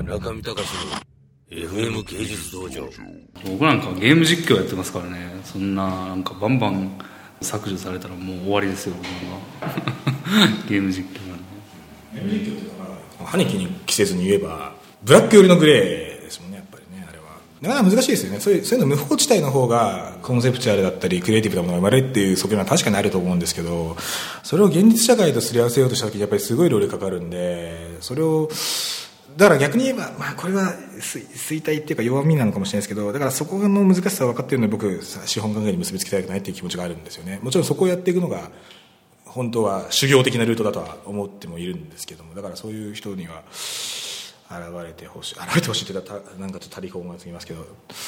中見隆の FM 芸術道場。 僕なんかゲーム実況やってますからね。そんななんかバンバン削除されたらもう終わりですよゲーム実況なんで。 ゲーム実況ってだから歯に気に着せずに言えばブラック寄りのグレーですもんね、やっぱりね。あれはなかなか難しいですよね。そういうの無法地帯の方がコンセプチュアルだったりクリエイティブなものが生まれるっていう側面は確かにあると思うんですけど、それを現実社会とすり合わせようとした時にやっぱりすごい労力かかるんで、それをだから逆に言えば、これは衰退っていうか弱みなのかもしれないですけど、だからそこの難しさは分かっているので僕資本関係に結びつきたくないっていう気持ちがあるんですよね。もちろんそこをやっていくのが本当は修行的なルートだとは思ってもいるんですけども、だからそういう人には現れてほしいって言ったらなんかちょっと足りこが過ぎますけど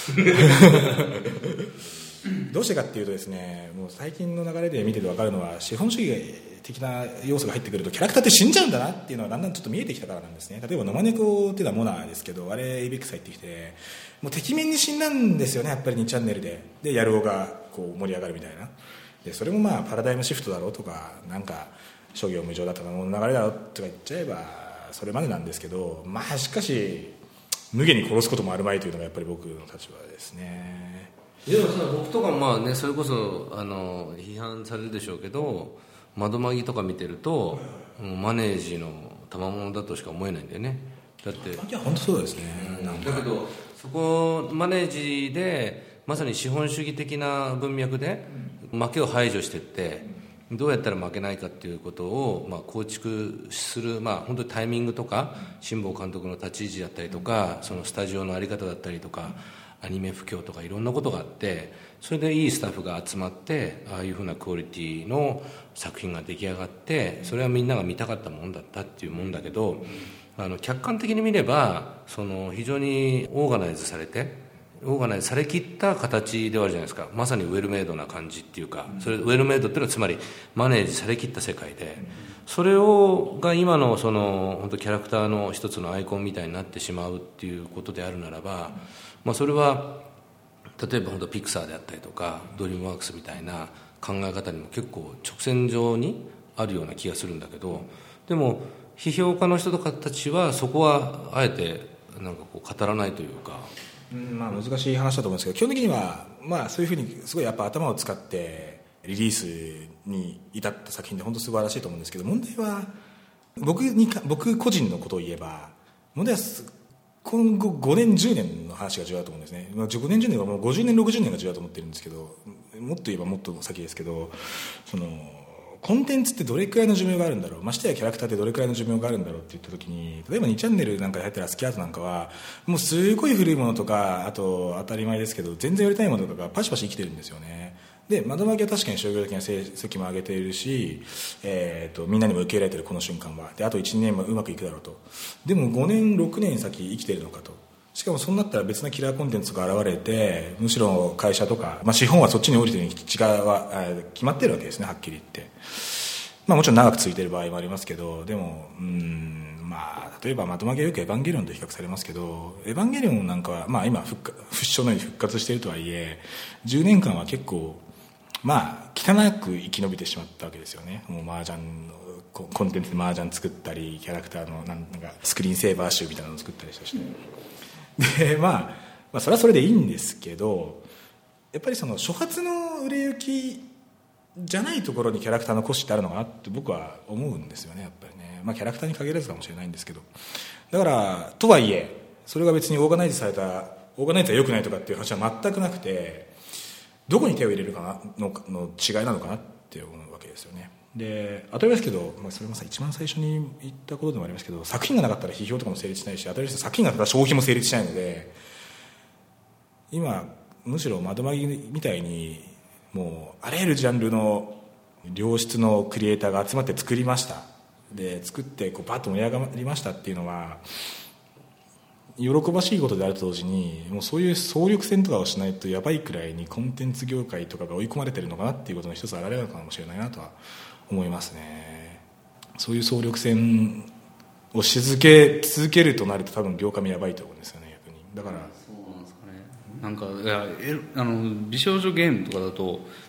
どうしてかっていうとですね、もう最近の流れで見てて分かるのは、資本主義的な要素が入ってくるとキャラクターって死んじゃうんだなっていうのはだんだんちょっと見えてきたからなんですね。例えば野間猫っていうのはモナーですけど、あれ ABEX 入ってきてもう敵面に死んだんですよね、やっぱり2チャンネルでやるおがこう盛り上がるみたいな。でそれもパラダイムシフトだろうとか、なんか諸行無常だとかの流れだろうとか言っちゃえばそれまでなんですけど、しかし無限に殺すこともあるまいというのがやっぱり僕の立場ですね。 でも僕とかそれこそ批判されるでしょうけど、窓マギとか見てるとマネージの賜物だとしか思えないんだよね。だっていや本当そうですね、 だけどそこマネージでまさに資本主義的な文脈で負けを排除していって、どうやったら負けないかっていうことを構築する、本当にタイミングとか辛坊監督の立ち位置だったりとか、そのスタジオの在り方だったりとかアニメ不況とかいろんなことがあって、それでいいスタッフが集まってああいうふうなクオリティの作品が出来上がって、それはみんなが見たかったもんだったっていうもんだけど、客観的に見れば非常にオーガナイズされきった形ではあるじゃないですか。まさにウェルメイドな感じっていうか、それウェルメイドっていうのはつまりマネージされきった世界で、それが今の本当キャラクターの一つのアイコンみたいになってしまうっていうことであるならば、それは例えば本当ピクサーであったりとかドリームワークスみたいな考え方にも結構直線上にあるような気がするんだけど、でも批評家の人とかたちはそこはあえてなんかこう語らないというか、 難しい話だと思うんですけど、基本的にはそういうふうにすごいやっぱ頭を使ってリリースに至った作品で本当素晴らしいと思うんですけど、問題は僕個人のことを言えば、問題は今後5年10年の話が重要だと思うんですね。5年10年はもう50年60年が重要だと思ってるんですけど、もっと言えばもっと先ですけど、コンテンツってどれくらいの寿命があるんだろう、ましてやキャラクターってどれくらいの寿命があるんだろうって言った時に、例えば2チャンネルなんかで入ってるスキャートなんかはもうすごい古いものとか、あと当たり前ですけど全然売れたいものとかがパシパシ生きてるんですよね。で窓マギは確かに商業的な成績も上げているし、みんなにも受け入れられてるこの瞬間はで、あと1年もうまくいくだろうと。でも5年6年先生きてるのかと。しかもそうなったら別なキラーコンテンツが現れて、むしろ会社とか、資本はそっちに降りてるに違は決まってるわけですね、はっきり言って。もちろん長く続いてる場合もありますけど、でも例えば窓マギはよくエヴァンゲリオンと比較されますけど、エヴァンゲリオンなんかは今不死鳥のように復活しているとはいえ、10年間は結構汚く生き延びてしまったわけですよね。もう麻雀のコンテンツで麻雀作ったり、キャラクターのなんかスクリーンセーバー集みたいなのを作ったりしたし、でそれはそれでいいんですけど、やっぱりその初発の売れ行きじゃないところにキャラクターのコストってあるのかなって僕は思うんですよね、やっぱりね。キャラクターに限らずかもしれないんですけど、だからとはいえそれが別にオーガナイズされたオーガナイズは良くないとかっていう話は全くなくて、どこに手を入れるかの違いなのかなって思うわけですよね。で当たり前ですけど、それも一番最初に言ったことでもありますけど、作品がなかったら批評とかも成立しないし、当たり前ですけど作品がなかったら消費も成立しないので、今むしろ窓マギみたいにもうあらゆるジャンルの良質のクリエイターが集まって作りました、で作ってバッと盛り上がりましたっていうのは喜ばしいことであると同時に、もうそういう総力戦とかをしないとやばいくらいにコンテンツ業界とかが追い込まれてるのかなっていうことの一つ現れるのかもしれないなとは思いますね。そういう総力戦をし続けるとなると多分業界もやばいと思うんですよね、逆に。だからそうなんですかね。なんか美少女ゲームとかだと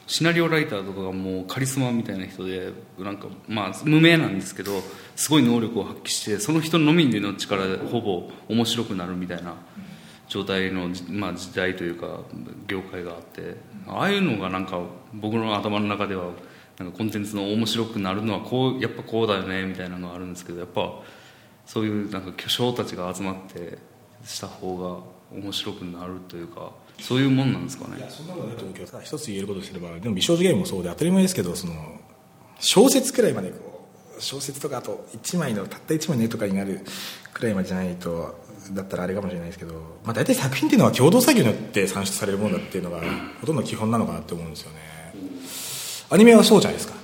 シナリオライターとかがもうカリスマみたいな人でなんかまあ無名なんですけどすごい能力を発揮してその人のみでの力でほぼ面白くなるみたいな状態の、まあ、時代というか業界があってああいうのがなんか僕の頭の中ではなんかコンテンツの面白くなるのはこうやっぱこうだよねみたいなのがあるんですけどやっぱそういうなんか巨匠たちが集まってした方が面白くなるというかそういうもんなんですかね。 いやそんなことないと思うけど一つ言えることとすればでも美少女ゲームもそうで当たり前ですけどその小説くらいまで小説とかあと1枚のたった1枚の絵とかになるくらいまでじゃないとだったらあれかもしれないですけど、まあ、大体作品っていうのは共同作業によって算出されるものだっていうのがほとんど基本なのかなって思うんですよね。アニメはそうじゃないですか、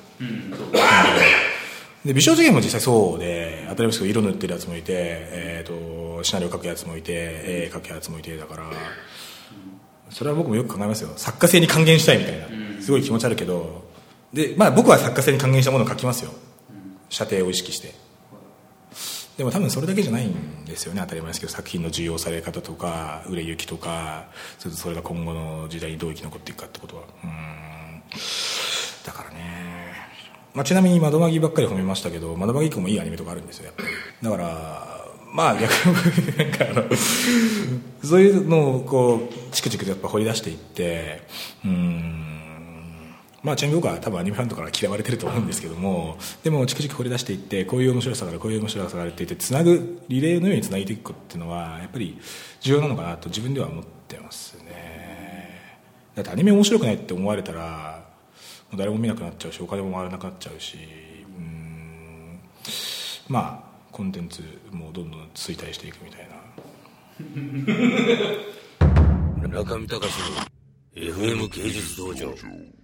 で美少女ゲームも実際そうで当たり前ですけど色塗ってるやつもいて、シナリオ書くやつもいて絵描くやつもいてだからそれは僕もよく考えますよ。作家性に還元したいみたいなすごい気持ちあるけどで、まあ、僕は作家性に還元したものを書きますよ射程を意識して。でも多分それだけじゃないんですよね。当たり前ですけど作品の重要され方とか売れ行きとかそれが今後の時代にどう生き残っていくかってことはだからね、まあ、ちなみに窓マギばっかり褒めましたけど窓マギ君もいいアニメとかあるんですよやっぱり。だからまあ逆になんかそういうのをこうチクチクとやっぱ掘り出していってまあちなみに僕は多分アニメファンとかから嫌われてると思うんですけどもでもチクチク掘り出していってこういう面白さがあるこういう面白さがあるって言ってつなぐリレーのようにつなげていくっていうのはやっぱり重要なのかなと自分では思ってますね。だってアニメ面白くないって思われたらもう誰も見なくなっちゃうしお金も回らなくなっちゃうしまあコンテンツもどんどん衰退していくみたいな中見隆の FM 芸術道場。